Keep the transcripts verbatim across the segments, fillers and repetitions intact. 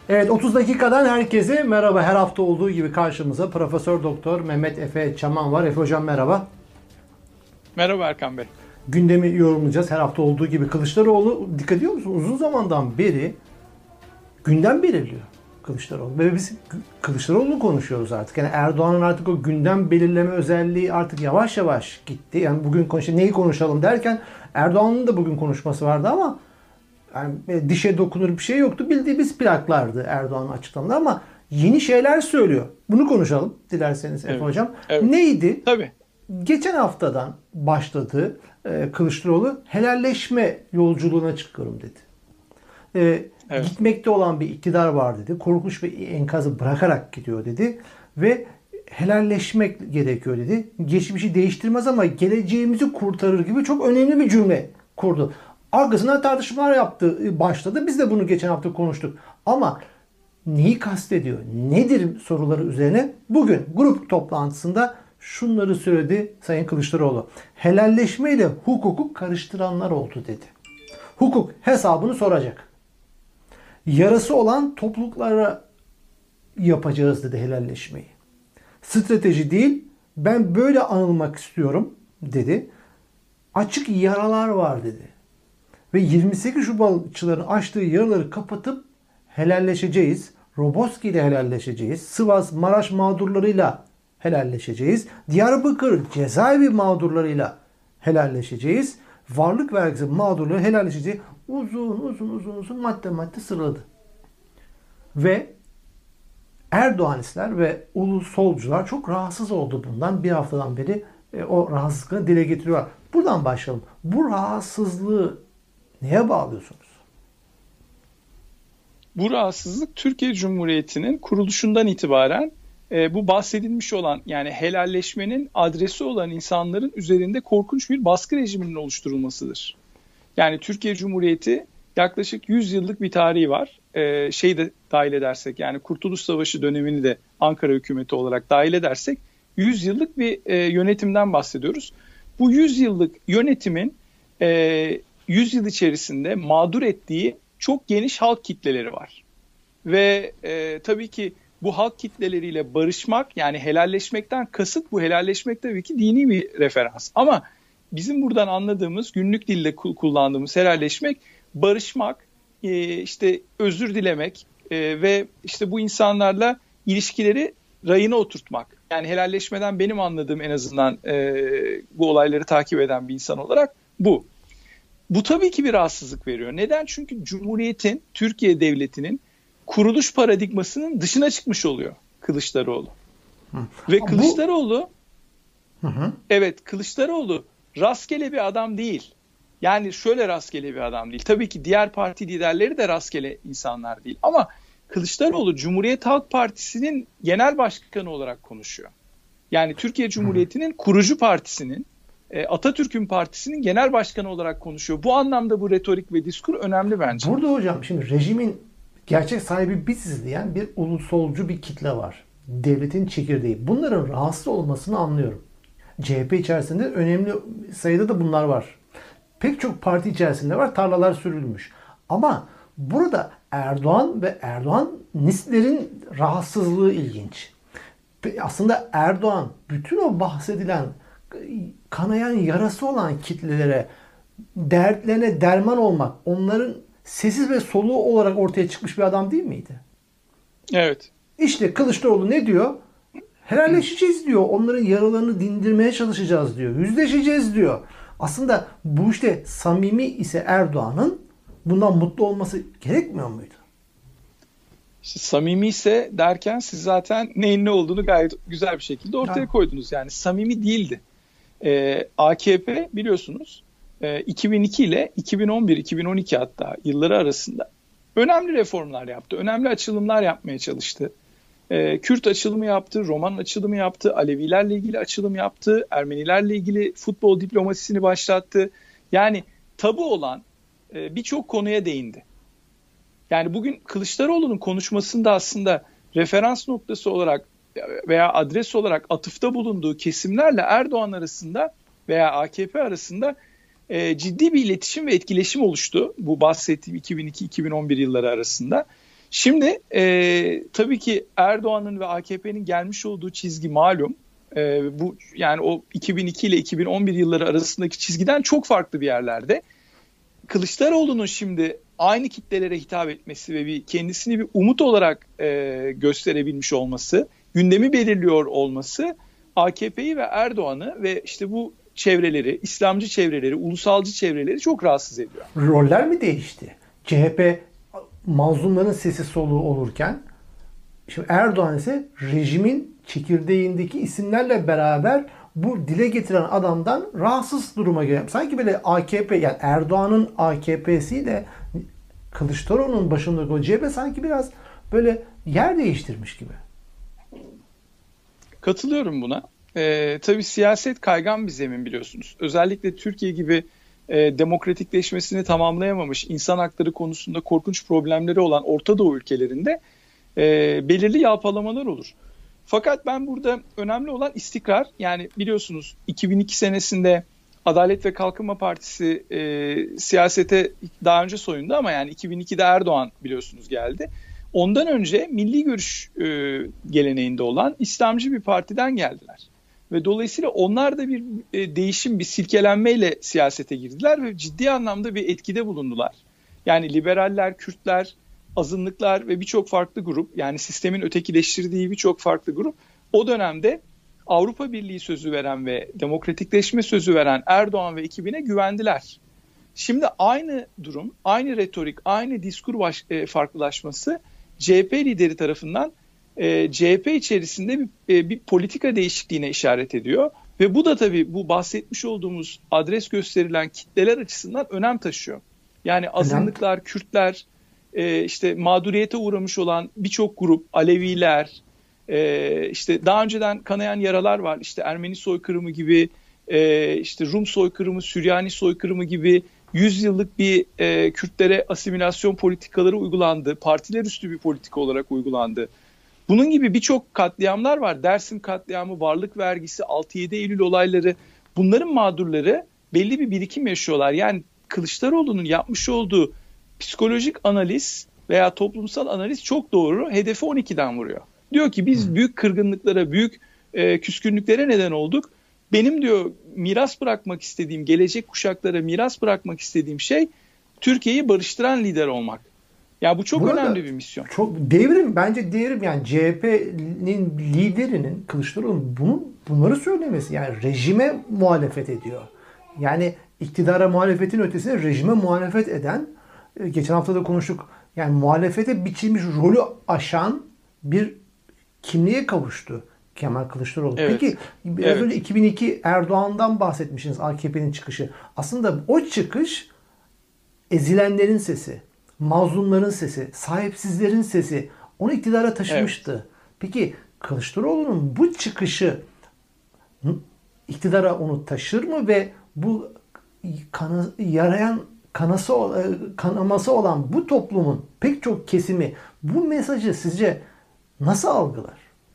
Evet, otuz dakikadan herkese merhaba. Her hafta olduğu gibi karşımıza Profesör Doktor Mehmet Efe Çaman var. Efe Hocam merhaba. Merhaba Erkan Bey. Gündemi yorumlayacağız. Her hafta olduğu gibi Kılıçdaroğlu, dikkat ediyor musun? Uzun zamandan beri gündem belirliyor Kılıçdaroğlu. Ve biz Kılıçdaroğlu'nu konuşuyoruz artık. Yani Erdoğan'ın artık o gündem belirleme özelliği artık yavaş yavaş gitti. Yani bugün konuşalım, neyi konuşalım derken Erdoğan'ın da bugün konuşması vardı ama yani dişe dokunur bir şey yoktu. Bildiğimiz plaklardı Erdoğan'ın açıklamaları ama yeni şeyler söylüyor. Bunu konuşalım dilerseniz Efe Evet. Hocam. Evet. Neydi? Tabii. Geçen haftadan başladı e, Kılıçdaroğlu helalleşme yolculuğuna çıkıyorum dedi. E, Evet. Gitmekte olan bir iktidar var dedi. Korkunç bir enkazı bırakarak gidiyor dedi. Ve helalleşmek gerekiyor dedi. Geçmişi değiştirmez ama geleceğimizi kurtarır gibi çok önemli bir cümle kurdu. Arkasından tartışmalar yaptı, başladı. Biz de bunu geçen hafta konuştuk. Ama neyi kastediyor? Nedir soruları üzerine bugün grup toplantısında şunları söyledi Sayın Kılıçdaroğlu. Helalleşme ile hukuku karıştıranlar oldu dedi. Hukuk hesabını soracak. Yarası olan topluluklara yapacağız dedi helalleşmeyi. Strateji değil, ben böyle anılmak istiyorum dedi. Açık yaralar var dedi. Ve yirmi sekiz Şubatçıların açtığı yaraları kapatıp helalleşeceğiz. Roboski ile helalleşeceğiz. Sivas, Maraş mağdurlarıyla helalleşeceğiz. Diyarbakır cezaevi mağdurlarıyla helalleşeceğiz. Varlık vergisi mağdurları helalleşeceğiz. Uzun uzun uzun uzun madde madde sıraladı. Ve Erdoğanistler ve ulu solcular çok rahatsız oldu bundan. Bir haftadan beri e, o rahatsızlığını dile getiriyorlar. Buradan başlayalım. Bu rahatsızlığı neye bağlıyorsunuz? Bu rahatsızlık Türkiye Cumhuriyeti'nin kuruluşundan itibaren e, bu bahsedilmiş olan, yani helalleşmenin adresi olan insanların üzerinde korkunç bir baskı rejiminin oluşturulmasıdır. Yani Türkiye Cumhuriyeti yaklaşık yüz yıllık bir tarihi var. E, şey de dahil edersek, yani Kurtuluş Savaşı dönemini de Ankara hükümeti olarak dahil edersek yüz yıllık bir e, yönetimden bahsediyoruz. Bu yüz yıllık yönetimin e, yüz yıl içerisinde mağdur ettiği çok geniş halk kitleleri var. Ve e, tabii ki bu halk kitleleriyle barışmak, yani helalleşmekten kasıt, bu helalleşmek tabii ki dini bir referans. Ama bizim buradan anladığımız, günlük dilde kullandığımız helalleşmek, barışmak, e, işte özür dilemek e, ve işte bu insanlarla ilişkileri rayına oturtmak. Yani helalleşmeden benim anladığım, en azından e, bu olayları takip eden bir insan olarak bu. Bu tabii ki bir rahatsızlık veriyor. Neden? Çünkü Cumhuriyet'in, Türkiye Devleti'nin kuruluş paradigmasının dışına çıkmış oluyor Kılıçdaroğlu. Hı. Ve Bu... Kılıçdaroğlu, hı hı. evet Kılıçdaroğlu rastgele bir adam değil. Yani şöyle rastgele bir adam değil. Tabii ki diğer parti liderleri de rastgele insanlar değil. Ama Kılıçdaroğlu Cumhuriyet Halk Partisi'nin genel başkanı olarak konuşuyor. Yani Türkiye Cumhuriyeti'nin kurucu partisinin, Atatürk'ün partisinin genel başkanı olarak konuşuyor. Bu anlamda bu retorik ve diskur önemli bence. Burada hocam şimdi rejimin gerçek sahibi biziz diyen bir ulusolcu bir kitle var. Devletin çekirdeği. Bunların rahatsız olmasını anlıyorum. C H P içerisinde önemli sayıda da bunlar var. Pek çok parti içerisinde var. Tarlalar sürülmüş. Ama burada Erdoğan ve Erdoğanistlerin rahatsızlığı ilginç. Aslında Erdoğan bütün o bahsedilen kanayan yarası olan kitlelere dertlerine derman olmak, onların sessiz ve soluğu olarak ortaya çıkmış bir adam değil miydi? Evet. İşte Kılıçdaroğlu ne diyor? Helalleşeceğiz diyor. Onların yaralarını dindirmeye çalışacağız diyor. Yüzleşeceğiz diyor. Aslında bu işte samimi ise Erdoğan'ın bundan mutlu olması gerekmiyor muydu? İşte samimi ise derken siz zaten neyin ne olduğunu gayet güzel bir şekilde ortaya ha. koydunuz. Yani samimi değildi. Ee, A K P biliyorsunuz e, iki bin iki ile iki bin on bir iki bin on iki hatta yılları arasında önemli reformlar yaptı. Önemli açılımlar yapmaya çalıştı. Ee, Kürt açılımı yaptı, Roman açılımı yaptı, Alevilerle ilgili açılım yaptı, Ermenilerle ilgili futbol diplomasisini başlattı. Yani tabu olan e, birçok konuya değindi. Yani bugün Kılıçdaroğlu'nun konuşmasında aslında referans noktası olarak veya adres olarak atıfta bulunduğu kesimlerle Erdoğan arasında veya A K P arasında e, ciddi bir iletişim ve etkileşim oluştu. Bu bahsettiğim iki bin iki iki bin on bir yılları arasında. Şimdi e, tabii ki Erdoğan'ın ve A K P'nin gelmiş olduğu çizgi malum. E, bu yani o iki bin iki ile iki bin on bir yılları arasındaki çizgiden çok farklı bir yerlerde. Kılıçdaroğlu'nun şimdi aynı kitlelere hitap etmesi ve bir kendisini bir umut olarak e, gösterebilmiş olması, gündemi belirliyor olması A K P'yi ve Erdoğan'ı ve işte bu çevreleri, İslamcı çevreleri, ulusalcı çevreleri çok rahatsız ediyor. Roller mi değişti? C H P mazlumların sesi soluğu olurken şimdi Erdoğan ise rejimin çekirdeğindeki isimlerle beraber bu dile getiren adamdan rahatsız duruma geliyor. Sanki böyle A K P yani Erdoğan'ın A K P'siyle Kılıçdaroğlu'nun başındaki o C H P sanki biraz böyle yer değiştirmiş gibi. Katılıyorum buna. Ee, tabii siyaset kaygan bir zemin biliyorsunuz. Özellikle Türkiye gibi e, demokratikleşmesini tamamlayamamış, insan hakları konusunda korkunç problemleri olan Orta Doğu ülkelerinde e, belirli yalpalamalar olur. Fakat ben burada önemli olan istikrar. Yani biliyorsunuz iki bin iki senesinde Adalet ve Kalkınma Partisi e, siyasete daha önce soyundu ama yani iki bin ikide Erdoğan biliyorsunuz geldi. Ondan önce milli görüş e, geleneğinde olan İslamcı bir partiden geldiler. Ve dolayısıyla onlar da bir e, değişim, bir silkelenmeyle siyasete girdiler ve ciddi anlamda bir etkide bulundular. Yani liberaller, Kürtler, azınlıklar ve birçok farklı grup, yani sistemin ötekileştirdiği birçok farklı grup o dönemde Avrupa Birliği sözü veren ve demokratikleşme sözü veren Erdoğan ve ekibine güvendiler. Şimdi aynı durum, aynı retorik, aynı diskur baş, e, farklılaşması C H P lideri tarafından e, C H P içerisinde bir, e, bir politika değişikliğine işaret ediyor. Ve bu da tabii bu bahsetmiş olduğumuz adres gösterilen kitleler açısından önem taşıyor. Yani azınlıklar, Kürtler, e, işte mağduriyete uğramış olan birçok grup, Aleviler, e, işte daha önceden kanayan yaralar var. İşte Ermeni soykırımı gibi, e, işte Rum soykırımı, Süryani soykırımı gibi yüz yıllık bir e, Kürtlere asimilasyon politikaları uygulandı. Partiler üstü bir politika olarak uygulandı. Bunun gibi birçok katliamlar var. Dersim katliamı, varlık vergisi, altı yedi Eylül olayları. Bunların mağdurları belli bir birikim yaşıyorlar. Yani Kılıçdaroğlu'nun yapmış olduğu psikolojik analiz veya toplumsal analiz çok doğru. Hedefi on ikiden vuruyor. Diyor ki biz büyük kırgınlıklara, büyük e, küskünlüklere neden olduk. Benim diyor miras bırakmak istediğim, gelecek kuşaklara miras bırakmak istediğim şey Türkiye'yi barıştıran lider olmak. Ya bu çok burada önemli bir misyon. Çok devrim bence devrim yani C H P'nin liderinin Kılıçdaroğlu'nun bunu bunları söylemesi yani rejime muhalefet ediyor. Yani iktidara muhalefetin ötesinde rejime muhalefet eden geçen hafta da konuştuk. Yani muhalefete biçilmiş rolü aşan bir kimliğe kavuştu Kemal Kılıçdaroğlu. Evet. Peki biraz evet. önce iki bin iki Erdoğan'dan bahsetmişsiniz, A K P'nin çıkışı. Aslında o çıkış ezilenlerin sesi, mazlumların sesi, sahipsizlerin sesi onu iktidara taşımıştı. Evet. Peki Kılıçdaroğlu'nun bu çıkışı iktidara onu taşır mı ve bu kanı, yarayan kanası, kanaması olan bu toplumun pek çok kesimi bu mesajı sizce nasıl algılar?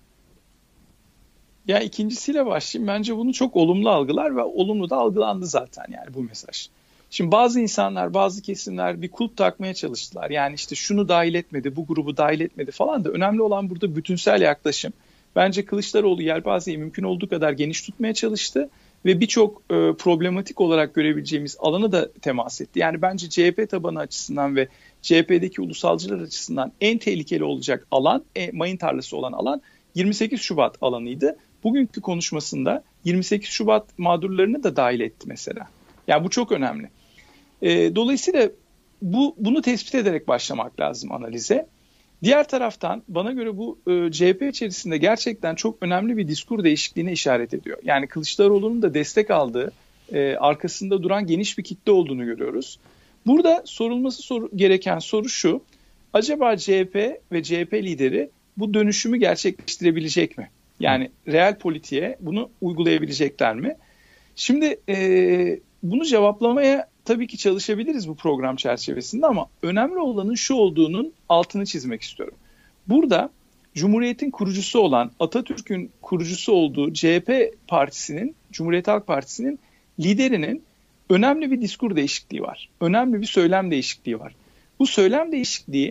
Ya ikincisiyle başlayayım. Bence bunu çok olumlu algılar ve olumlu da algılandı zaten yani bu mesaj. Şimdi bazı insanlar, bazı kesimler bir kulp takmaya çalıştılar. Yani işte şunu dahil etmedi, bu grubu dahil etmedi falan da önemli olan burada bütünsel yaklaşım. Bence Kılıçdaroğlu yelpazeyi mümkün olduğu kadar geniş tutmaya çalıştı ve birçok e, problematik olarak görebileceğimiz alanı da temas etti. Yani bence C H P tabanı açısından ve C H P'deki ulusalcılar açısından en tehlikeli olacak alan, e, mayın tarlası olan alan yirmi sekiz Şubat alanıydı. Bugünkü konuşmasında yirmi sekiz Şubat mağdurlarını da dahil etti mesela. Yani bu çok önemli. E, dolayısıyla bu bunu tespit ederek başlamak lazım analize. Diğer taraftan bana göre bu e, C H P içerisinde gerçekten çok önemli bir diskur değişikliğine işaret ediyor. Yani Kılıçdaroğlu'nun da destek aldığı, e, arkasında duran geniş bir kitle olduğunu görüyoruz. Burada sorulması soru, gereken soru şu: acaba C H P ve C H P lideri bu dönüşümü gerçekleştirebilecek mi? Yani reel politiğe bunu uygulayabilecekler mi? Şimdi e, bunu cevaplamaya tabii ki çalışabiliriz bu program çerçevesinde ama önemli olanın şu olduğunun altını çizmek istiyorum. Burada Cumhuriyet'in kurucusu olan, Atatürk'ün kurucusu olduğu C H P Partisi'nin, Cumhuriyet Halk Partisi'nin liderinin önemli bir diskur değişikliği var. Önemli bir söylem değişikliği var. Bu söylem değişikliği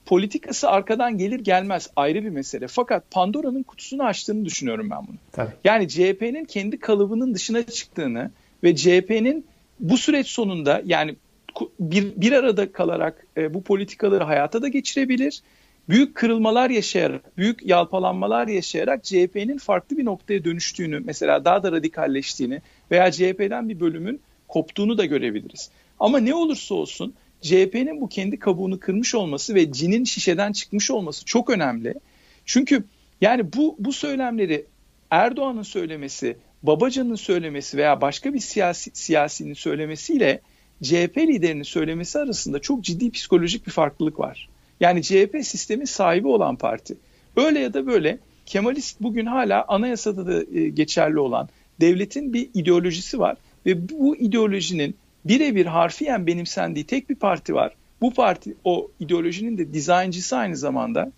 politikası arkadan gelir gelmez ayrı bir mesele. Fakat Pandora'nın kutusunu açtığını düşünüyorum ben bunu. Tabii. Yani C H P'nin kendi kalıbının dışına çıktığını ve C H P'nin bu süreç sonunda yani bir, bir arada kalarak e, bu politikaları hayata da geçirebilir. Büyük kırılmalar yaşayarak, büyük yalpalanmalar yaşayarak C H P'nin farklı bir noktaya dönüştüğünü, mesela daha da radikalleştiğini veya C H P'den bir bölümün koptuğunu da görebiliriz. Ama ne olursa olsun C H P'nin bu kendi kabuğunu kırmış olması ve cinin şişeden çıkmış olması çok önemli. Çünkü yani bu bu söylemleri Erdoğan'ın söylemesi, Babacan'ın söylemesi veya başka bir siyasi siyasinin söylemesiyle C H P liderinin söylemesi arasında çok ciddi psikolojik bir farklılık var. Yani C H P sistemin sahibi olan parti. Öyle ya da böyle Kemalist bugün hala anayasada da geçerli olan devletin bir ideolojisi var ve bu ideolojinin birebir harfiyen benimsendiği tek bir parti var. Bu parti o ideolojinin de dizayncısı aynı zamanda.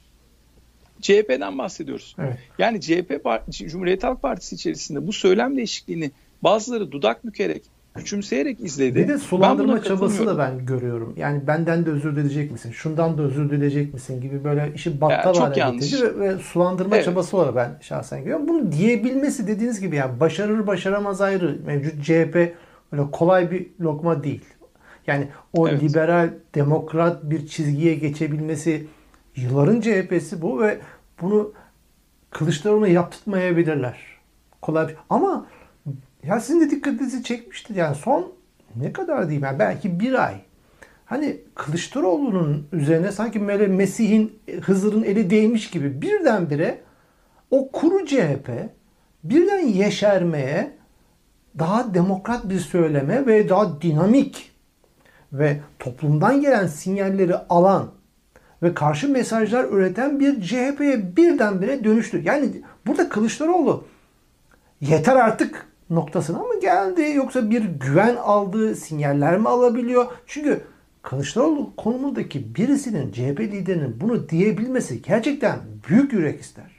C H P'den bahsediyoruz. Evet. Yani C H P Cumhuriyet Halk Partisi içerisinde bu söylem değişikliğini bazıları dudak bükerek, küçümseyerek izledi. Bir de sulandırma çabası da ben görüyorum. Yani benden de özür dileyecek misin? Şundan da özür dileyecek misin gibi böyle işi battal yani hale getirici ve, ve sulandırma evet. çabası olarak ben şahsen görüyorum. Bunu diyebilmesi dediğiniz gibi yani başarır başaramaz ayrı. Mevcut C H P öyle kolay bir lokma değil. Yani o evet. liberal, demokrat bir çizgiye geçebilmesi yılların C H P'si bu ve bunu Kılıçdaroğlu'na yaptırtmayabilirler. Kolay bir... Ama ya sizin de dikkatinizi çekmiştir. Yani son ne kadar diyeyim yani belki bir ay. Hani Kılıçdaroğlu'nun üzerine sanki böyle Mesih'in, Hızır'ın eli değmiş gibi birdenbire o kuru C H P birden yeşermeye, daha demokrat bir söyleme ve daha dinamik ve toplumdan gelen sinyalleri alan ve karşı mesajlar üreten bir C H P'ye birdenbire dönüştü. Yani burada Kılıçdaroğlu yeter artık noktasına mı geldi yoksa bir güven aldığı sinyaller mi alabiliyor? Çünkü Kılıçdaroğlu konumundaki birisinin, C H P liderinin bunu diyebilmesi gerçekten büyük yürek ister.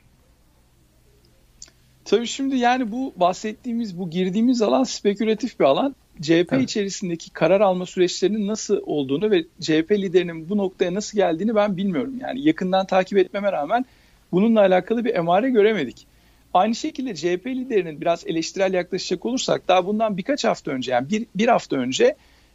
Tabii şimdi yani bu bahsettiğimiz, bu girdiğimiz alan spekülatif bir alan. C H P evet. içerisindeki karar alma süreçlerinin nasıl olduğunu ve C H P liderinin bu noktaya nasıl geldiğini ben bilmiyorum. Yani yakından takip etmeme rağmen bununla alakalı bir emare göremedik. Aynı şekilde C H P liderinin biraz eleştirel yaklaşacak olursak daha bundan birkaç hafta önce yani bir, bir hafta önce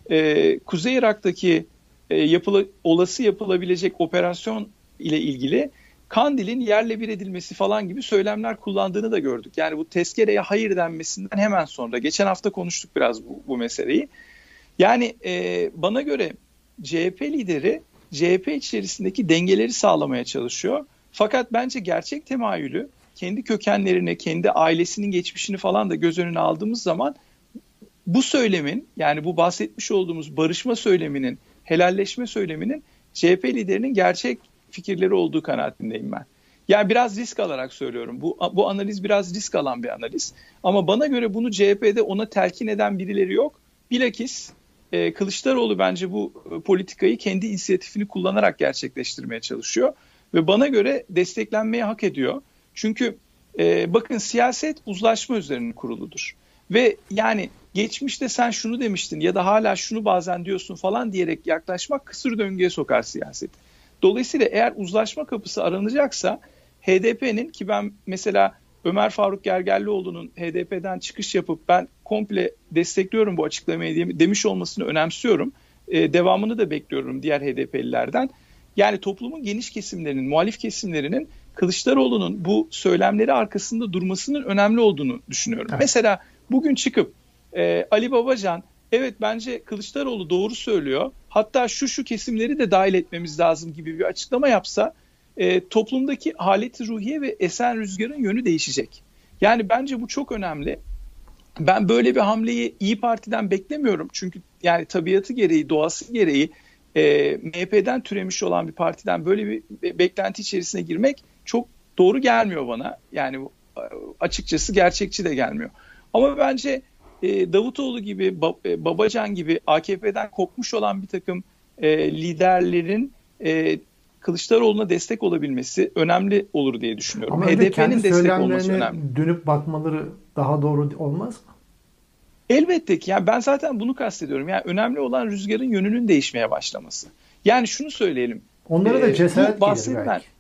e, Kuzey Irak'taki e, yapıla, olası yapılabilecek operasyon ile ilgili Kandil'in yerle bir edilmesi falan gibi söylemler kullandığını da gördük. Yani bu tezkereye hayır denmesinden hemen sonra geçen hafta konuştuk biraz bu, bu meseleyi. Yani e, bana göre C H P lideri C H P içerisindeki dengeleri sağlamaya çalışıyor. Fakat bence gerçek temayülü kendi kökenlerini, kendi ailesinin geçmişini falan da göz önüne aldığımız zaman bu söylemin yani bu bahsetmiş olduğumuz barışma söyleminin, helalleşme söyleminin C H P liderinin gerçek fikirleri olduğu kanaatindeyim ben. Yani biraz risk alarak söylüyorum. Bu, bu analiz biraz risk alan bir analiz. Ama bana göre bunu C H P'de ona telkin eden birileri yok. Bilakis e, Kılıçdaroğlu bence bu e, politikayı kendi inisiyatifini kullanarak gerçekleştirmeye çalışıyor. Ve bana göre desteklenmeyi hak ediyor. Çünkü e, bakın siyaset uzlaşma üzerine kuruludur. Ve yani geçmişte sen şunu demiştin ya da hala şunu bazen diyorsun falan diyerek yaklaşmak kısır döngüye sokar siyaseti. Dolayısıyla eğer uzlaşma kapısı aranacaksa H D P'nin ki ben mesela Ömer Faruk Gergerlioğlu'nun H D P'den çıkış yapıp ben komple destekliyorum bu açıklamayı demiş olmasını önemsiyorum. Ee, devamını da bekliyorum diğer H D P'lilerden. Yani toplumun geniş kesimlerinin, muhalif kesimlerinin Kılıçdaroğlu'nun bu söylemleri arkasında durmasının önemli olduğunu düşünüyorum. Evet. Mesela bugün çıkıp e, Ali Babacan evet bence Kılıçdaroğlu doğru söylüyor. Hatta şu şu kesimleri de dahil etmemiz lazım gibi bir açıklama yapsa e, toplumdaki haleti ruhiye ve esen rüzgarın yönü değişecek. Yani bence bu çok önemli. Ben böyle bir hamleyi İYİ Parti'den beklemiyorum. Çünkü yani tabiatı gereği, doğası gereği e, M H P'den türemiş olan bir partiden böyle bir beklenti içerisine girmek çok doğru gelmiyor bana. Yani açıkçası gerçekçi de gelmiyor. Ama bence E, Davutoğlu gibi, Ba- Babacan gibi A K P'den kopmuş olan bir takım e, liderlerin e, Kılıçdaroğlu'na destek olabilmesi önemli olur diye düşünüyorum. Ama H D P'nin destek olması önemli. Dönüp bakmaları daha doğru olmaz mı? Elbette ki. Yani ben zaten bunu kastediyorum. Yani önemli olan rüzgarın yönünün değişmeye başlaması. Yani şunu söyleyelim. Onlara da cesaret Bu bahsedilen, gelir belki.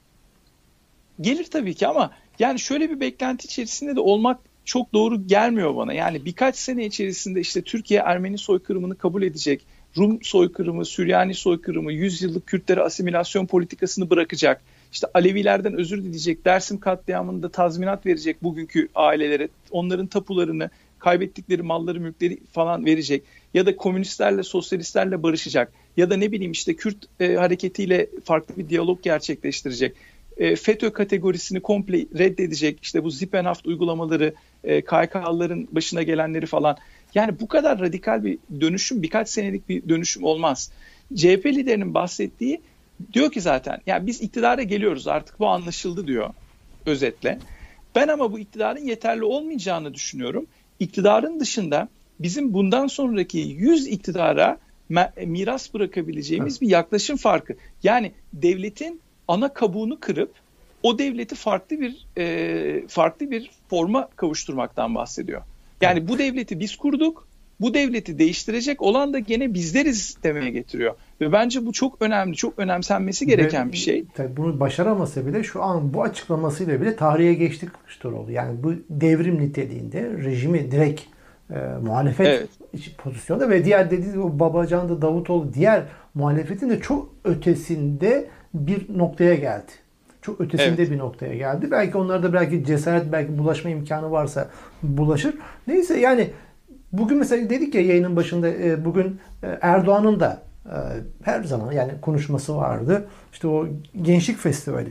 Gelir tabii ki ama yani şöyle bir beklenti içerisinde de olmak çok doğru gelmiyor bana. Yani birkaç sene içerisinde işte Türkiye Ermeni soykırımını kabul edecek, Rum soykırımı, Süryani soykırımı, yüz yıllık Kürtlere asimilasyon politikasını bırakacak, işte Alevilerden özür dileyecek, Dersim katliamında tazminat verecek bugünkü ailelere, onların tapularını, kaybettikleri malları, mülkleri falan verecek ya da komünistlerle, sosyalistlerle barışacak ya da ne bileyim işte Kürt e, hareketiyle farklı bir diyalog gerçekleştirecek. E, FETÖ kategorisini komple reddedecek, işte bu Zipenhaft uygulamaları, e, K H K'lıların başına gelenleri falan. Yani bu kadar radikal bir dönüşüm, birkaç senelik bir dönüşüm olmaz. C H P liderinin bahsettiği, diyor ki zaten ya biz iktidara geliyoruz artık, bu anlaşıldı diyor özetle. Ben ama bu iktidarın yeterli olmayacağını düşünüyorum. İktidarın dışında bizim bundan sonraki yüz iktidara miras bırakabileceğimiz bir yaklaşım farkı. Yani devletin ana kabuğunu kırıp o devleti farklı bir e, farklı bir forma kavuşturmaktan bahsediyor. Yani bu devleti biz kurduk, bu devleti değiştirecek olan da gene bizleriz demeye getiriyor. Ve bence bu çok önemli, çok önemsenmesi gereken Ve, bir şey. Tabii bunu başaramasa bile şu an bu açıklamasıyla bile tarihe geçtik Kılıçdaroğlu. Yani bu devrim niteliğinde rejimi direkt e, muhalefet Evet. pozisyonda ve diğer dediğiniz o Babacan'da, Davutoğlu, diğer muhalefetin de çok ötesinde bir noktaya geldi. Çok ötesinde evet. bir noktaya geldi. Belki onlarda belki cesaret, belki bulaşma imkanı varsa bulaşır. Neyse yani bugün mesela dedik ya yayının başında bugün Erdoğan'ın da her zaman yani konuşması vardı. İşte o Gençlik Festivali.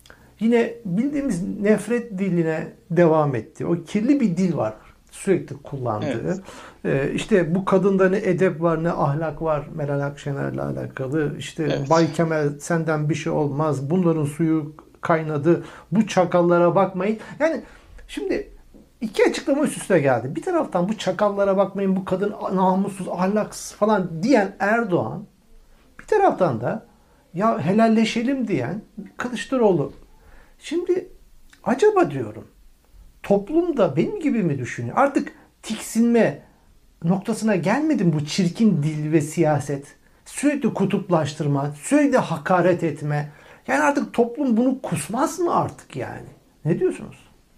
Yine bildiğimiz nefret diline devam etti. O kirli bir dil var sürekli kullandığı. Evet. İşte bu kadında ne edep var ne ahlak var Meral Akşener'le alakalı. İşte evet. Bay Kemal senden bir şey olmaz. Bunların suyu kaynadı. Bu çakallara bakmayın. Yani şimdi iki açıklama üst üste geldi. Bir taraftan bu çakallara bakmayın, bu kadın namussuz, ahlaksız falan diyen Erdoğan, bir taraftan da ya helalleşelim diyen Kılıçdaroğlu. Şimdi acaba diyorum toplum da benim gibi mi düşünüyor? Artık tiksinme noktasına gelmedim bu çirkin dil ve siyaset. Sürekli kutuplaştırma, sürekli hakaret etme. Yani artık toplum bunu kusmaz mı artık yani? Ne diyorsunuz?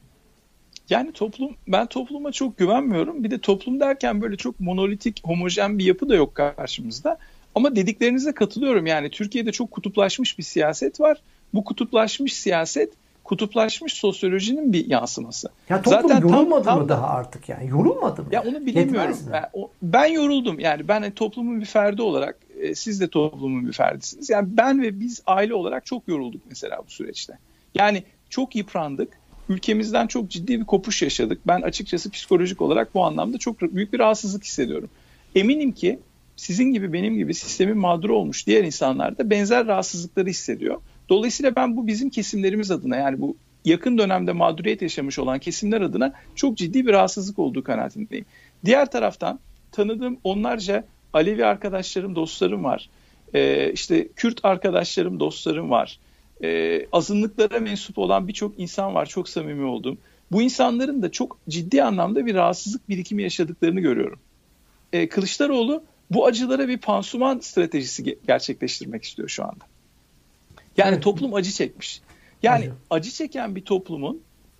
Yani toplum, ben topluma çok güvenmiyorum. Bir de toplum derken böyle çok monolitik, homojen bir yapı da yok karşımızda. Ama dediklerinize katılıyorum. Yani Türkiye'de çok kutuplaşmış bir siyaset var. Bu kutuplaşmış siyaset, kutuplaşmış sosyolojinin bir yansıması. Ya toplum zaten yorulmadı tam, mı tam, daha artık yani? Yorulmadı mı? Ya onu bilemiyorum. Ben, o, ben yoruldum. Yani ben toplumun bir ferdi olarak, e, siz de toplumun bir ferdisiniz. Yani ben ve biz aile olarak çok yorulduk mesela bu süreçte. Yani çok yıprandık. Ülkemizden çok ciddi bir kopuş yaşadık. Ben açıkçası psikolojik olarak bu anlamda çok büyük bir rahatsızlık hissediyorum. Eminim ki sizin gibi benim gibi sistemin mağduru olmuş diğer insanlar da benzer rahatsızlıkları hissediyor. Dolayısıyla ben bu bizim kesimlerimiz adına, yani bu yakın dönemde mağduriyet yaşamış olan kesimler adına çok ciddi bir rahatsızlık olduğu kanaatindeyim. Diğer taraftan tanıdığım onlarca Alevi arkadaşlarım, dostlarım var. Ee, işte Kürt arkadaşlarım, dostlarım var. Ee, azınlıklara mensup olan birçok insan var, çok samimi olduğum. Bu insanların da çok ciddi anlamda bir rahatsızlık birikimi yaşadıklarını görüyorum. Ee, Kılıçdaroğlu bu acılara bir pansuman stratejisi ge- gerçekleştirmek istiyor şu anda. Yani evet. Toplum acı çekmiş. Yani acı, acı çeken bir toplumun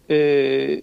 e,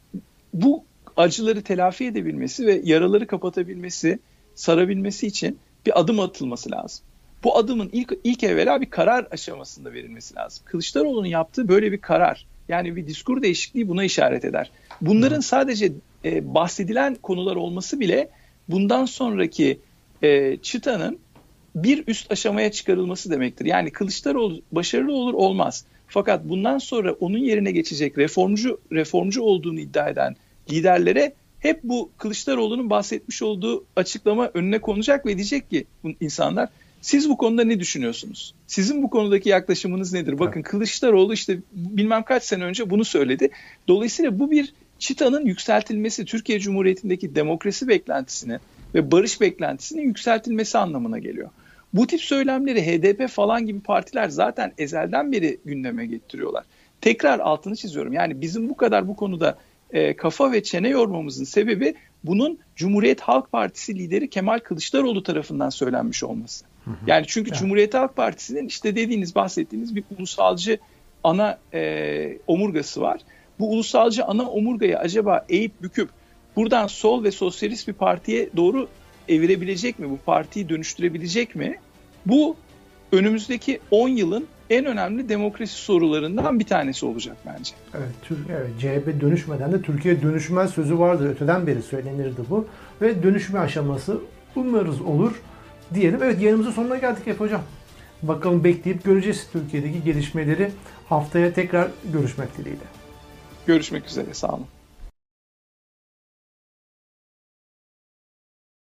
bu acıları telafi edebilmesi ve yaraları kapatabilmesi, sarabilmesi için bir adım atılması lazım. Bu adımın ilk, ilk evvela bir karar aşamasında verilmesi lazım. Kılıçdaroğlu'nun yaptığı böyle bir karar, yani bir diskur değişikliği buna işaret eder. Bunların sadece e, bahsedilen konular olması bile bundan sonraki e, çıtanın bir üst aşamaya çıkarılması demektir. Yani Kılıçdaroğlu başarılı olur olmaz. Fakat bundan sonra onun yerine geçecek reformcu reformcu olduğunu iddia eden liderlere hep bu Kılıçdaroğlu'nun bahsetmiş olduğu açıklama önüne konacak ve diyecek ki bu insanlar, siz bu konuda ne düşünüyorsunuz? Sizin bu konudaki yaklaşımınız nedir? Bakın Kılıçdaroğlu işte bilmem kaç sene önce bunu söyledi. Dolayısıyla bu bir çıtanın yükseltilmesi, Türkiye Cumhuriyeti'ndeki demokrasi beklentisini ve barış beklentisinin yükseltilmesi anlamına geliyor. Bu tip söylemleri H D P falan gibi partiler zaten ezelden beri gündeme getiriyorlar. Tekrar altını çiziyorum. Yani bizim bu kadar bu konuda e, kafa ve çene yormamızın sebebi bunun Cumhuriyet Halk Partisi lideri Kemal Kılıçdaroğlu tarafından söylenmiş olması. Yani çünkü Evet. Cumhuriyet Halk Partisi'nin işte dediğiniz, bahsettiğiniz bir ulusalcı ana e, omurgası var. Bu ulusalcı ana omurgayı acaba eğip büküp buradan sol ve sosyalist bir partiye doğru evirebilecek mi? Bu partiyi dönüştürebilecek mi? Bu önümüzdeki on yılın en önemli demokrasi sorularından bir tanesi olacak bence. Evet, Tür- evet, C H P dönüşmeden de Türkiye dönüşmez sözü vardı. Öteden beri söylenirdi bu. Ve dönüşme aşaması umarız olur diyelim. Evet, yayınımızın sonuna geldik hep hocam. Bakalım, bekleyip göreceğiz Türkiye'deki gelişmeleri. Haftaya tekrar görüşmek dileğiyle. Görüşmek üzere, sağ olun.